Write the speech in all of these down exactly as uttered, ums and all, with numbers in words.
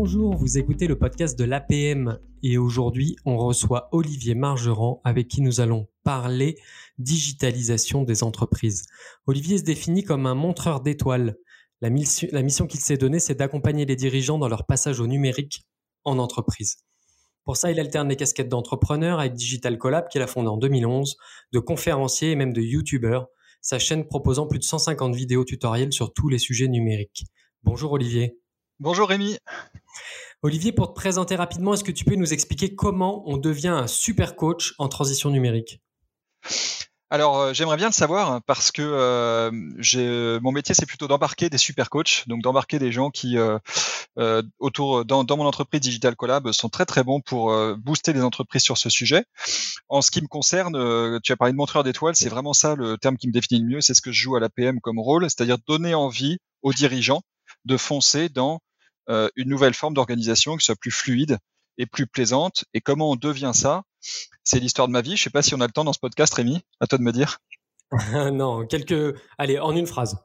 Bonjour, vous écoutez le podcast de l'A P M et aujourd'hui on reçoit Olivier Margerand avec qui nous allons parler digitalisation des entreprises. Olivier se définit comme un montreur d'étoiles. La mission, la mission qu'il s'est donnée, c'est d'accompagner les dirigeants dans leur passage au numérique en entreprise. Pour ça, il alterne les casquettes d'entrepreneur avec Digital Collab qu'il a fondé en deux mille onze, de conférencier et même de youtubeur, sa chaîne proposant plus de cent cinquante vidéos tutoriels sur tous les sujets numériques. Bonjour Olivier. Bonjour Rémi. Olivier, pour te présenter rapidement, est-ce que tu peux nous expliquer comment on devient un super coach en transition numérique ? Alors, euh, j'aimerais bien le savoir parce que euh, j'ai, mon métier, c'est plutôt d'embarquer des super coachs, donc d'embarquer des gens qui, euh, euh, autour dans, dans mon entreprise Digital Collab, sont très très bons pour euh, booster les entreprises sur ce sujet. En ce qui me concerne, euh, tu as parlé de montreur d'étoiles, c'est vraiment ça le terme qui me définit le mieux, c'est ce que je joue à l'A P M comme rôle, c'est-à-dire donner envie aux dirigeants de foncer dans euh, une nouvelle forme d'organisation qui soit plus fluide et plus plaisante. Et comment on devient ça ? C'est l'histoire de ma vie. Je sais pas si on a le temps dans ce podcast, Rémi. À toi de me dire. Non, quelques... Allez, en une phrase.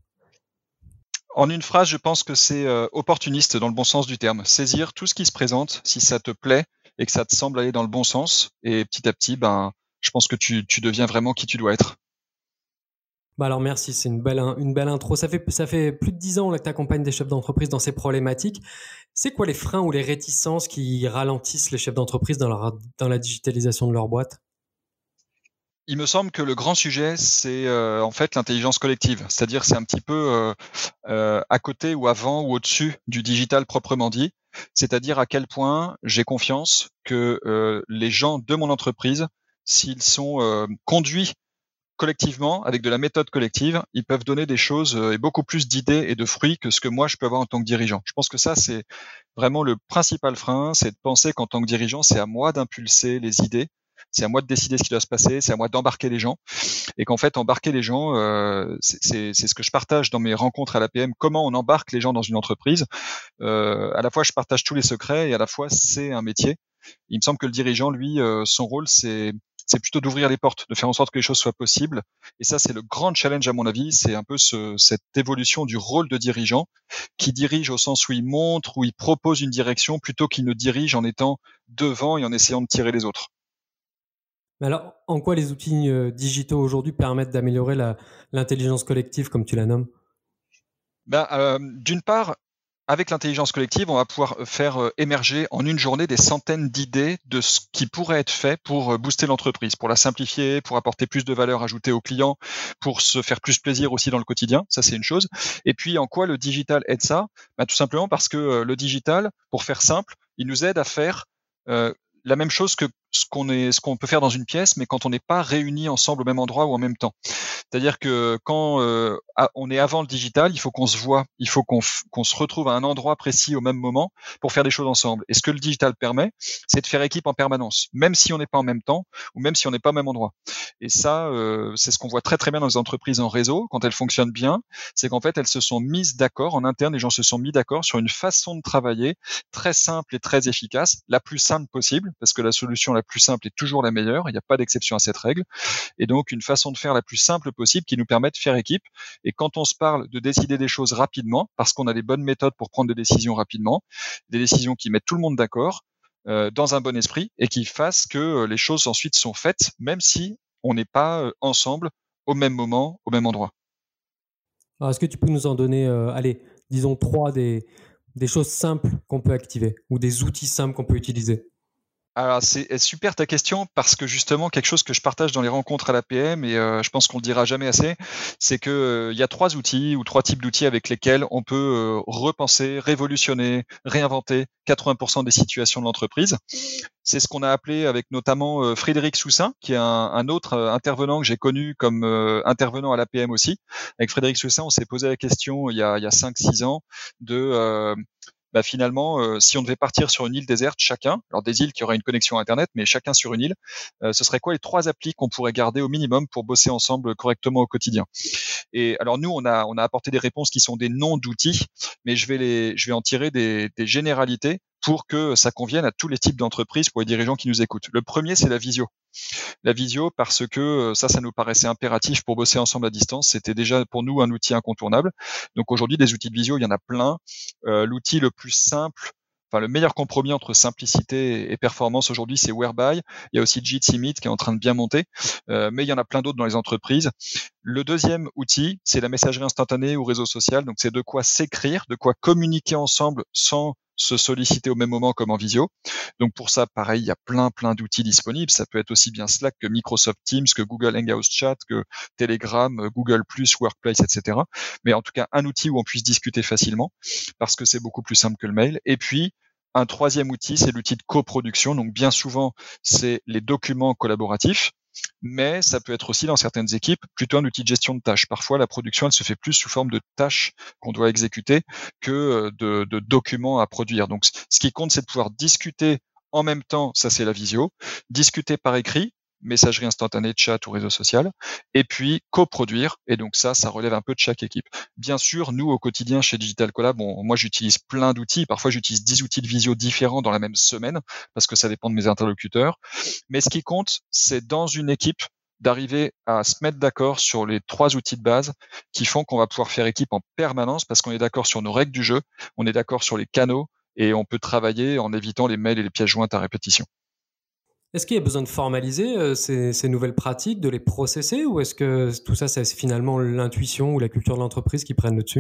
En une phrase, je pense que c'est euh, opportuniste dans le bon sens du terme. Saisir tout ce qui se présente, si ça te plaît et que ça te semble aller dans le bon sens. Et petit à petit, ben, je pense que tu, tu deviens vraiment qui tu dois être. Bah alors merci, c'est une belle, une belle intro. Ça fait, ça fait plus de dix ans là, que tu accompagnes des chefs d'entreprise dans ces problématiques. C'est quoi les freins ou les réticences qui ralentissent les chefs d'entreprise dans, leur, dans la digitalisation de leur boîte ? Il me semble que le grand sujet, c'est euh, en fait l'intelligence collective. C'est-à-dire c'est un petit peu euh, euh, à côté ou avant ou au-dessus du digital proprement dit. C'est-à-dire à quel point j'ai confiance que euh, les gens de mon entreprise, s'ils sont euh, conduits collectivement, avec de la méthode collective, ils peuvent donner des choses et beaucoup plus d'idées et de fruits que ce que moi je peux avoir en tant que dirigeant. Je pense que ça, c'est vraiment le principal frein, c'est de penser qu'en tant que dirigeant, c'est à moi d'impulser les idées, c'est à moi de décider ce qui doit se passer, c'est à moi d'embarquer les gens, et qu'en fait, embarquer les gens, euh, c'est, c'est, c'est ce que je partage dans mes rencontres à l'A P M, comment on embarque les gens dans une entreprise. Euh, à la fois, je partage tous les secrets, et à la fois, c'est un métier. Il me semble que le dirigeant, lui, euh, son rôle, c'est c'est plutôt d'ouvrir les portes, de faire en sorte que les choses soient possibles. Et ça, c'est le grand challenge à mon avis, c'est un peu ce, cette évolution du rôle de dirigeant, qui dirige au sens où il montre, où il propose une direction, plutôt qu'il ne dirige en étant devant et en essayant de tirer les autres. Mais alors, en quoi les outils euh, digitaux aujourd'hui permettent d'améliorer la, l'intelligence collective, comme tu la nommes ? Ben, euh, d'une part, avec l'intelligence collective, on va pouvoir faire émerger en une journée des centaines d'idées de ce qui pourrait être fait pour booster l'entreprise, pour la simplifier, pour apporter plus de valeur ajoutée aux clients, pour se faire plus plaisir aussi dans le quotidien. Ça, c'est une chose. Et puis, en quoi le digital aide ça ? Ben, tout simplement parce que le digital, pour faire simple, il nous aide à faire euh, la même chose que ce qu'on est, ce qu'on peut faire dans une pièce, mais quand on n'est pas réunis ensemble au même endroit ou en même temps. C'est-à-dire que quand euh, on est avant le digital, il faut qu'on se voit, il faut qu'on, f- qu'on se retrouve à un endroit précis au même moment pour faire des choses ensemble. Et ce que le digital permet, c'est de faire équipe en permanence, même si on n'est pas en même temps ou même si on n'est pas au même endroit. Et ça, euh, c'est ce qu'on voit très très bien dans les entreprises en réseau, quand elles fonctionnent bien, c'est qu'en fait, elles se sont mises d'accord en interne, les gens se sont mis d'accord sur une façon de travailler très simple et très efficace, la plus simple possible, parce que la solution la plus simple est toujours la meilleure, il n'y a pas d'exception à cette règle. Et donc, une façon de faire la plus simple possible qui nous permet de faire équipe. Et quand on se parle de décider des choses rapidement, parce qu'on a les bonnes méthodes pour prendre des décisions rapidement, des décisions qui mettent tout le monde d'accord, euh, dans un bon esprit, et qui fassent que euh, les choses ensuite sont faites, même si on n'est pas euh, ensemble au même moment, au même endroit. Alors, est-ce que tu peux nous en donner, euh, allez, disons trois des, des choses simples qu'on peut activer ou des outils simples qu'on peut utiliser ? Alors c'est super ta question parce que justement quelque chose que je partage dans les rencontres à l'A P M et euh, je pense qu'on le dira jamais assez, c'est que euh, il y a trois outils ou trois types d'outils avec lesquels on peut euh, repenser, révolutionner, réinventer quatre-vingts pour cent des situations de l'entreprise. C'est ce qu'on a appelé avec notamment euh, Frédéric Soussin, qui est un, un autre euh, intervenant que j'ai connu comme euh, intervenant à l'A P M aussi. Avec Frédéric Soussin, on s'est posé la question il y a, il y a cinq six ans de euh, bah finalement, euh, si on devait partir sur une île déserte chacun, alors des îles qui auraient une connexion Internet, mais chacun sur une île, euh, ce serait quoi les trois applis qu'on pourrait garder au minimum pour bosser ensemble correctement au quotidien ? Et alors nous, on a on a apporté des réponses qui sont des noms d'outils, mais je vais les je vais en tirer des, des généralités pour que ça convienne à tous les types d'entreprises, pour les dirigeants qui nous écoutent. Le premier, c'est la visio. La visio, parce que ça, ça nous paraissait impératif pour bosser ensemble à distance. C'était déjà pour nous un outil incontournable. Donc aujourd'hui, des outils de visio, il y en a plein. Euh, l'outil le plus simple enfin, le meilleur compromis entre simplicité et performance aujourd'hui, c'est Whereby. Il y a aussi Jitsi Meet qui est en train de bien monter, euh, mais il y en a plein d'autres dans les entreprises. Le deuxième outil, c'est la messagerie instantanée ou réseau social. Donc, c'est de quoi s'écrire, de quoi communiquer ensemble sans se solliciter au même moment comme en visio. Donc pour ça, pareil, il y a plein plein d'outils disponibles. Ça peut être aussi bien Slack que Microsoft Teams, que Google Hangouts Chat, que Telegram, Google Plus, Workplace, et cetera. Mais en tout cas, un outil où on puisse discuter facilement parce que c'est beaucoup plus simple que le mail. Et puis un troisième outil, c'est l'outil de coproduction. Donc bien souvent, c'est les documents collaboratifs. Mais ça peut être aussi dans certaines équipes plutôt un outil de gestion de tâches. Parfois, la production, elle se fait plus sous forme de tâches qu'on doit exécuter que de, de documents à produire. Donc, ce qui compte, c'est de pouvoir discuter en même temps, ça c'est la visio, discuter par écrit, messagerie instantanée, chat ou réseau social, et puis coproduire. Et donc ça, ça relève un peu de chaque équipe. Bien sûr, nous, au quotidien, chez Digital Collab, bon, moi, j'utilise plein d'outils. Parfois, j'utilise dix outils de visio différents dans la même semaine parce que ça dépend de mes interlocuteurs. Mais ce qui compte, c'est dans une équipe d'arriver à se mettre d'accord sur les trois outils de base qui font qu'on va pouvoir faire équipe en permanence parce qu'on est d'accord sur nos règles du jeu, on est d'accord sur les canaux et on peut travailler en évitant les mails et les pièces jointes à répétition. Est-ce qu'il y a besoin de formaliser euh, ces, ces nouvelles pratiques, de les processer, ou est-ce que tout ça, c'est finalement l'intuition ou la culture de l'entreprise qui prennent le dessus ?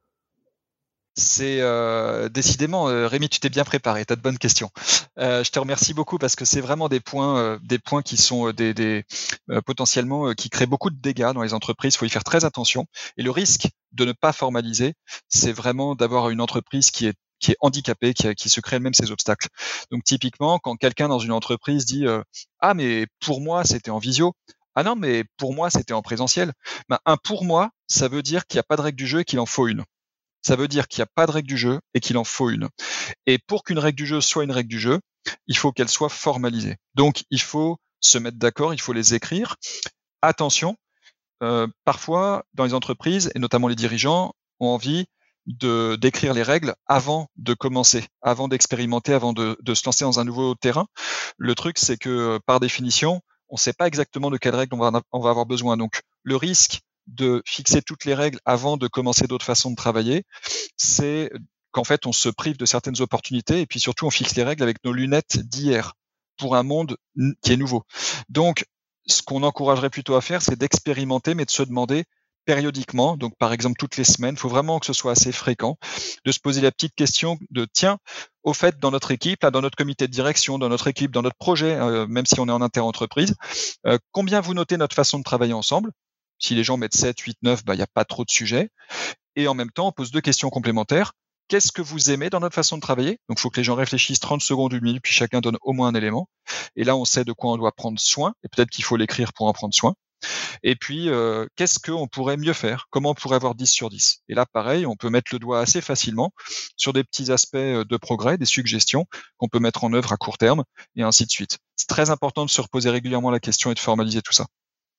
C'est euh, décidément, euh, Rémi, tu t'es bien préparé, tu as de bonnes questions. Euh, je te remercie beaucoup parce que c'est vraiment des points, euh, des points qui sont euh, des, des euh, potentiellement euh, qui créent beaucoup de dégâts dans les entreprises. Il faut y faire très attention. Et le risque de ne pas formaliser, c'est vraiment d'avoir une entreprise qui est qui est handicapée, qui, qui se crée elle-même ses obstacles. Donc typiquement, quand quelqu'un dans une entreprise dit euh, ah mais pour moi c'était en visio, ah non mais pour moi c'était en présentiel. Ben, un pour moi, ça veut dire qu'il n'y a pas de règle du jeu et qu'il en faut une. Ça veut dire qu'il n'y a pas de règle du jeu et qu'il en faut une. Et pour qu'une règle du jeu soit une règle du jeu, il faut qu'elle soit formalisée. Donc, il faut se mettre d'accord, il faut les écrire. Attention, euh, parfois, dans les entreprises, et notamment les dirigeants, ont envie de d'écrire les règles avant de commencer, avant d'expérimenter, avant de, de se lancer dans un nouveau terrain. Le truc, c'est que par définition, on ne sait pas exactement de quelles règles on va, on va avoir besoin. Donc, le risque de fixer toutes les règles avant de commencer d'autres façons de travailler, c'est qu'en fait, on se prive de certaines opportunités et puis surtout, on fixe les règles avec nos lunettes d'hier pour un monde qui est nouveau. Donc, ce qu'on encouragerait plutôt à faire, c'est d'expérimenter, mais de se demander périodiquement, donc par exemple toutes les semaines, il faut vraiment que ce soit assez fréquent, de se poser la petite question de tiens, au fait, dans notre équipe, là, dans notre comité de direction, dans notre équipe, dans notre projet, euh, même si on est en inter-entreprise, euh, combien vous notez notre façon de travailler ensemble? Si les gens mettent sept, huit, neuf, bah, il n'y a pas trop de sujets. Et en même temps, on pose deux questions complémentaires. Qu'est-ce que vous aimez dans notre façon de travailler? Donc, il faut que les gens réfléchissent trente secondes, une minute, puis chacun donne au moins un élément. Et là, on sait de quoi on doit prendre soin, et peut-être qu'il faut l'écrire pour en prendre soin. Et puis, euh, qu'est-ce qu'on pourrait mieux faire? Comment on pourrait avoir dix sur dix? Et là, pareil, on peut mettre le doigt assez facilement sur des petits aspects de progrès, des suggestions qu'on peut mettre en œuvre à court terme, et ainsi de suite. C'est très important de se reposer régulièrement la question et de formaliser tout ça.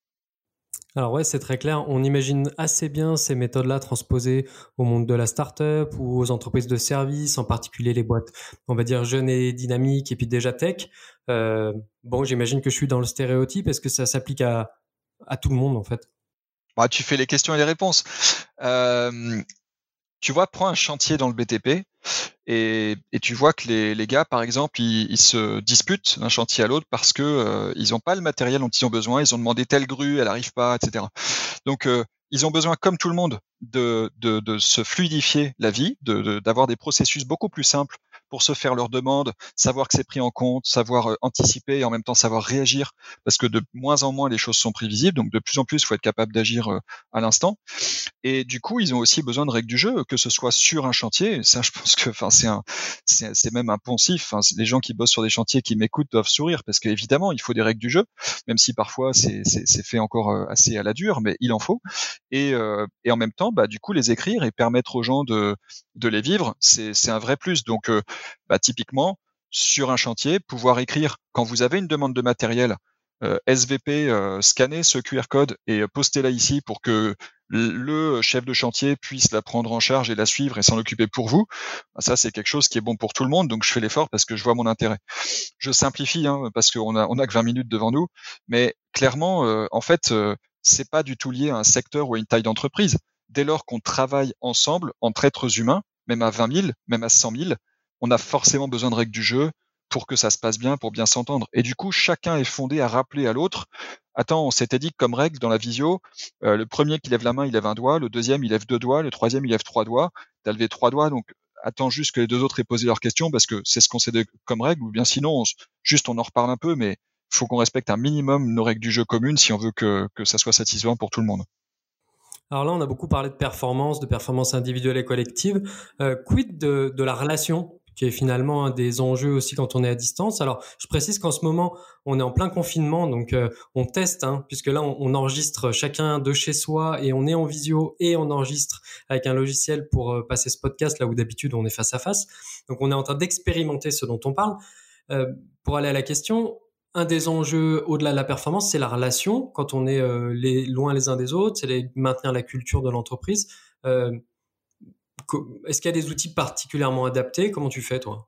Alors ouais, c'est très clair. On imagine assez bien ces méthodes-là transposées au monde de la start-up ou aux entreprises de services, en particulier les boîtes, on va dire jeunes et dynamiques, et puis déjà tech. Euh, bon, j'imagine que je suis dans le stéréotype. Est-ce que ça s'applique à, à tout le monde, en fait? Bah, tu fais les questions et les réponses. Euh, tu vois, prends un chantier dans le B T P et, et tu vois que les, les gars, par exemple, ils, ils se disputent d'un chantier à l'autre parce que euh, ils n'ont pas le matériel dont ils ont besoin. Ils ont demandé telle grue, elle n'arrive pas, et cetera. Donc, euh, ils ont besoin, comme tout le monde, de, de, de se fluidifier la vie, de, de, d'avoir des processus beaucoup plus simples pour se faire leurs demandes, savoir que c'est pris en compte, savoir euh, anticiper et en même temps savoir réagir, parce que de moins en moins les choses sont prévisibles, donc de plus en plus il faut être capable d'agir euh, à l'instant. Et du coup, ils ont aussi besoin de règles du jeu, que ce soit sur un chantier. Ça, je pense que, enfin, c'est un, c'est, c'est même un poncif. Enfin, les gens qui bossent sur des chantiers qui m'écoutent doivent sourire parce qu'évidemment, il faut des règles du jeu, même si parfois c'est, c'est, c'est fait encore euh, assez à la dure, mais il en faut. Et, euh, et en même temps, bah, du coup, les écrire et permettre aux gens de, de les vivre, c'est, c'est un vrai plus. Donc, euh, bah, typiquement, sur un chantier, pouvoir écrire quand vous avez une demande de matériel, euh, S V P, euh, scanner ce Q R code et postez-la ici pour que le chef de chantier puisse la prendre en charge et la suivre et s'en occuper pour vous. Ça, c'est quelque chose qui est bon pour tout le monde, donc je fais l'effort parce que je vois mon intérêt. Je simplifie, hein, parce qu'on a, on a que vingt minutes devant nous, mais clairement, euh, en fait, euh, c'est pas du tout lié à un secteur ou à une taille d'entreprise. Dès lors qu'on travaille ensemble, entre êtres humains, même à vingt mille, même à cent mille, on a forcément besoin de règles du jeu pour que ça se passe bien, pour bien s'entendre. Et du coup, chacun est fondé à rappeler à l'autre, attends, on s'était dit que comme règle dans la visio, euh, le premier qui lève la main, il lève un doigt, le deuxième, il lève deux doigts, le troisième, il lève trois doigts, t'as levé trois doigts, donc attends juste que les deux autres aient posé leurs questions, parce que c'est ce qu'on s'est dit comme règle, ou bien sinon, on, juste on en reparle un peu, mais il faut qu'on respecte un minimum nos règles du jeu communes si on veut que, que ça soit satisfaisant pour tout le monde. Alors là, on a beaucoup parlé de performance, de performance individuelle et collective. Euh, quid de, de la relation, qui est finalement un des enjeux aussi quand on est à distance. Alors, je précise qu'en ce moment, on est en plein confinement, donc euh, on teste, hein, puisque là, on, on enregistre chacun de chez soi et on est en visio et on enregistre avec un logiciel pour euh, passer ce podcast, là où d'habitude on est face à face. Donc, on est en train d'expérimenter ce dont on parle. Euh, pour aller à la question, un des enjeux au-delà de la performance, c'est la relation. Quand on est euh, les, loin les uns des autres, c'est les, maintenir la culture de l'entreprise. Euh, est-ce qu'il y a des outils particulièrement adaptés? Comment tu fais, toi?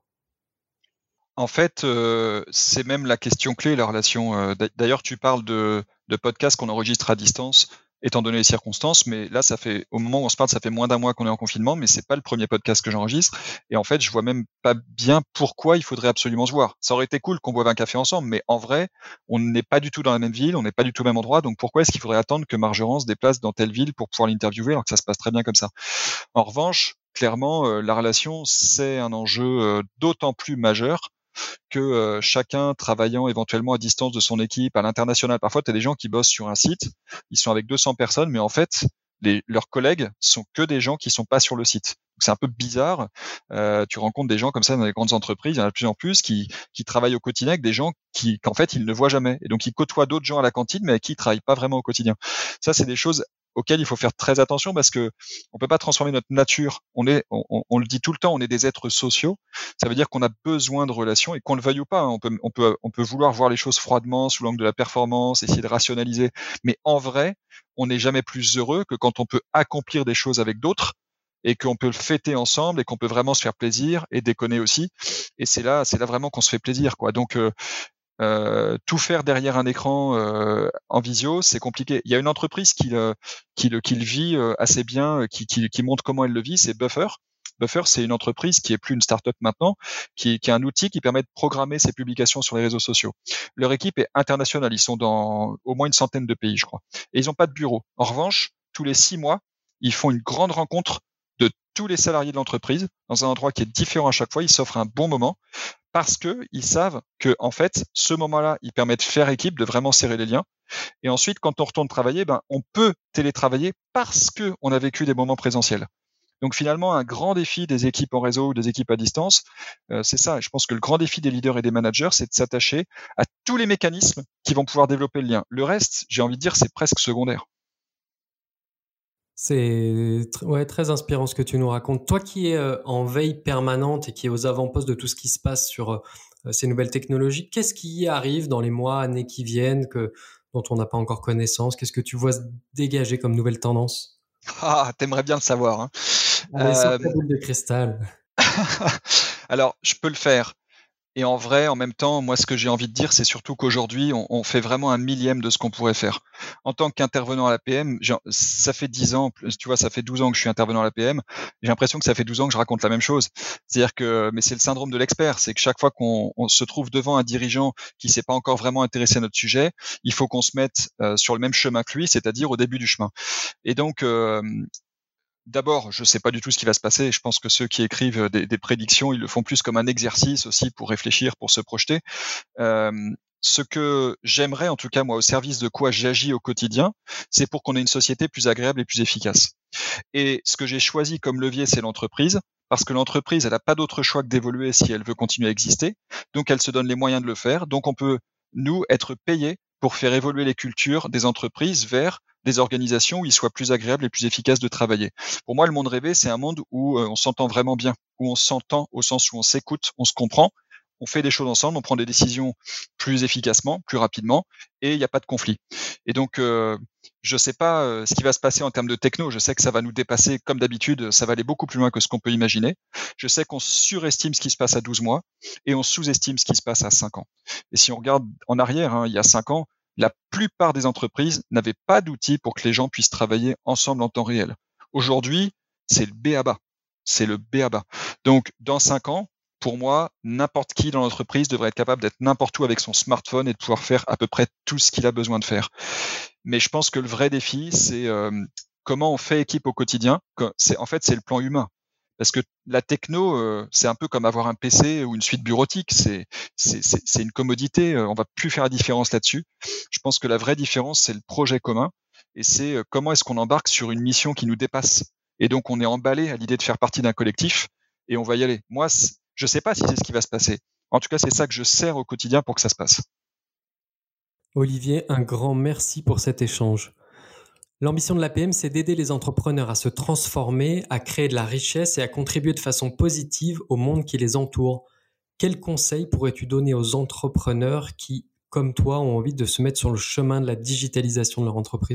En fait, euh, c'est même la question clé, la relation. Euh, d'ailleurs, tu parles de, de podcasts qu'on enregistre à distance, étant donné les circonstances, mais là, ça fait, au moment où on se parle, ça fait moins d'un mois qu'on est en confinement, mais c'est pas le premier podcast que j'enregistre. Et en fait, je vois même pas bien pourquoi il faudrait absolument se voir. Ça aurait été cool qu'on boive un café ensemble, mais en vrai, on n'est pas du tout dans la même ville, on n'est pas du tout au même endroit, donc pourquoi est-ce qu'il faudrait attendre que Margeran se déplace dans telle ville pour pouvoir l'interviewer alors que ça se passe très bien comme ça? En revanche, clairement, euh, la relation, c'est un enjeu euh, d'autant plus majeur que euh, chacun travaillant éventuellement à distance de son équipe à l'international. Parfois, tu as des gens qui bossent sur un site, ils sont avec deux cents personnes, mais en fait, les, leurs collègues sont que des gens qui sont pas sur le site. C'est un peu bizarre. Euh, tu rencontres des gens comme ça dans les grandes entreprises, il y en a de plus en plus qui, qui travaillent au quotidien avec des gens qui, qu'en fait, ils ne voient jamais. Et donc, ils côtoient d'autres gens à la cantine, mais avec qui ils travaillent pas vraiment au quotidien. Ça, c'est des choses auxquelles il faut faire très attention parce que on peut pas transformer notre nature. On est, on, on, on le dit tout le temps, on est des êtres sociaux. Ça veut dire qu'on a besoin de relations et qu'on le veuille ou pas. Hein, on peut, on peut, on peut vouloir voir les choses froidement sous l'angle de la performance, essayer de rationaliser. Mais en vrai, on n'est jamais plus heureux que quand on peut accomplir des choses avec d'autres et qu'on peut le fêter ensemble et qu'on peut vraiment se faire plaisir et déconner aussi. Et c'est là, c'est là vraiment qu'on se fait plaisir, quoi. Donc, euh, euh, tout faire derrière un écran euh, en visio, c'est compliqué. Il y a une entreprise qui le, qui le, qui le vit euh, assez bien, qui, qui, qui montre comment elle le vit, c'est Buffer. Buffer, c'est une entreprise qui est plus une start-up maintenant, qui, qui est un outil qui permet de programmer ses publications sur les réseaux sociaux. Leur équipe est internationale, ils sont dans au moins une centaine de pays, je crois. Et ils n'ont pas de bureau. En revanche, tous les six mois, ils font une grande rencontre de tous les salariés de l'entreprise dans un endroit qui est différent à chaque fois. Ils s'offrent un bon moment parce que ils savent que en fait, ce moment-là, il permet de faire équipe, de vraiment serrer les liens. Et ensuite, quand on retourne travailler, ben, on peut télétravailler parce que on a vécu des moments présentiels. Donc finalement, un grand défi des équipes en réseau ou des équipes à distance, euh, c'est ça. Je pense que le grand défi des leaders et des managers, c'est de s'attacher à tous les mécanismes qui vont pouvoir développer le lien. Le reste, j'ai envie de dire, c'est presque secondaire. C'est tr- ouais, très inspirant ce que tu nous racontes. Toi qui es euh, en veille permanente et qui est aux avant-postes de tout ce qui se passe sur euh, ces nouvelles technologies, qu'est-ce qui arrive dans les mois, années qui viennent que, dont on n'a pas encore connaissance? Qu'est-ce que tu vois se dégager comme nouvelle tendance? Ah, t'aimerais bien le savoir. Hein. Allez, sors Euh... ta boule de cristal. Alors, je peux le faire. Et en vrai, en même temps, moi, ce que j'ai envie de dire, c'est surtout qu'aujourd'hui, on, on fait vraiment un millième de ce qu'on pourrait faire. En tant qu'intervenant à l'A P M, ça fait dix ans, tu vois, ça fait douze ans que je suis intervenant à l'A P M. J'ai l'impression que ça fait douze ans que je raconte la même chose. C'est-à-dire que, mais c'est le syndrome de l'expert, c'est que chaque fois qu'on on se trouve devant un dirigeant qui s'est pas encore vraiment intéressé à notre sujet, il faut qu'on se mette euh, sur le même chemin que lui, c'est-à-dire au début du chemin. Et donc, euh, D'abord, je ne sais pas du tout ce qui va se passer. Je pense que ceux qui écrivent des, des prédictions, ils le font plus comme un exercice aussi pour réfléchir, pour se projeter. Euh, ce que j'aimerais, en tout cas moi, au service de quoi j'agis au quotidien, c'est pour qu'on ait une société plus agréable et plus efficace. Et ce que j'ai choisi comme levier, c'est l'entreprise, parce que l'entreprise, elle n'a pas d'autre choix que d'évoluer si elle veut continuer à exister. Donc, elle se donne les moyens de le faire. Donc, on peut, nous, être payés pour faire évoluer les cultures des entreprises vers des organisations où il soit plus agréable et plus efficace de travailler. Pour moi, le monde rêvé, c'est un monde où euh, on s'entend vraiment bien, où on s'entend au sens où on s'écoute, on se comprend, on fait des choses ensemble, on prend des décisions plus efficacement, plus rapidement, et il n'y a pas de conflit. Et donc, euh, je ne sais pas euh, ce qui va se passer en termes de techno. Je sais que ça va nous dépasser comme d'habitude. Ça va aller beaucoup plus loin que ce qu'on peut imaginer. Je sais qu'on surestime ce qui se passe à douze mois et on sous-estime ce qui se passe à cinq ans. Et si on regarde en arrière, hein, il y a cinq ans, la plupart des entreprises n'avaient pas d'outils pour que les gens puissent travailler ensemble en temps réel. Aujourd'hui, c'est le B A B A. C'est le B A B A. Donc, dans cinq ans, pour moi, n'importe qui dans l'entreprise devrait être capable d'être n'importe où avec son smartphone et de pouvoir faire à peu près tout ce qu'il a besoin de faire. Mais je pense que le vrai défi, c'est euh, comment on fait équipe au quotidien. C'est, en fait, c'est le plan humain. Parce que la techno, euh, c'est un peu comme avoir un P C ou une suite bureautique. C'est, c'est, c'est, c'est une commodité. On va plus faire la différence là-dessus. Je pense que la vraie différence, c'est le projet commun. Et c'est euh, comment est-ce qu'on embarque sur une mission qui nous dépasse. Et donc, on est emballé à l'idée de faire partie d'un collectif et on va y aller. Moi, je ne sais pas si c'est ce qui va se passer. En tout cas, c'est ça que je sers au quotidien pour que ça se passe. Olivier, un grand merci pour cet échange. L'ambition de l'A P M, c'est d'aider les entrepreneurs à se transformer, à créer de la richesse et à contribuer de façon positive au monde qui les entoure. Quels conseils pourrais-tu donner aux entrepreneurs qui, comme toi, ont envie de se mettre sur le chemin de la digitalisation de leur entreprise ?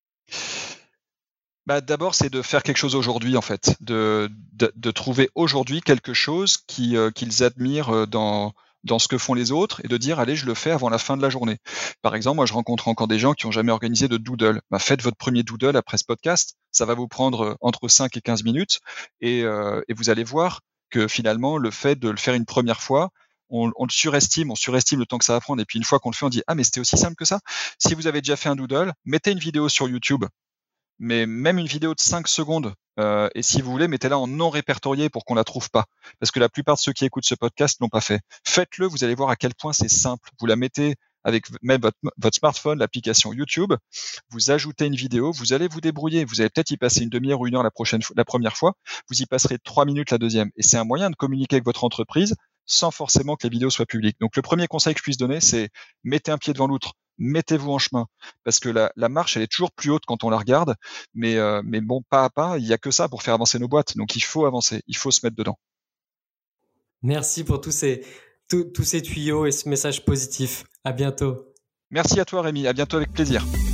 Bah, d'abord, c'est de faire quelque chose aujourd'hui, en fait, de, de, de trouver aujourd'hui quelque chose qui, euh, qu'ils admirent dans, dans ce que font les autres et de dire, allez, je le fais avant la fin de la journée. Par exemple, moi, je rencontre encore des gens qui n'ont jamais organisé de doodle. Bah, faites votre premier doodle après ce podcast. Ça va vous prendre entre cinq et quinze minutes et, euh, et vous allez voir que finalement, le fait de le faire une première fois, on, on le surestime, on surestime le temps que ça va prendre. Et puis, une fois qu'on le fait, on dit, ah, mais c'était aussi simple que ça. Si vous avez déjà fait un doodle, mettez une vidéo sur YouTube. Mais même une vidéo de cinq secondes, euh, et si vous voulez, mettez-la en non répertorié pour qu'on la trouve pas. Parce que la plupart de ceux qui écoutent ce podcast l'ont pas fait. Faites-le, vous allez voir à quel point c'est simple. Vous la mettez avec même votre, votre smartphone, l'application YouTube, vous ajoutez une vidéo, vous allez vous débrouiller. Vous allez peut-être y passer une demi-heure ou une heure la, prochaine, la première fois, vous y passerez trois minutes la deuxième. Et c'est un moyen de communiquer avec votre entreprise sans forcément que les vidéos soient publiques. Donc le premier conseil que je puisse donner, c'est mettez un pied devant l'autre. Mettez-vous en chemin, parce que la, la marche, elle est toujours plus haute quand on la regarde, mais, euh, mais bon, pas à pas, il n'y a que ça pour faire avancer nos boîtes, donc il faut avancer, il faut se mettre dedans. Merci pour tous ces, tous, tous ces tuyaux et ce message positif. À bientôt. Merci à toi, Rémi, à bientôt avec plaisir.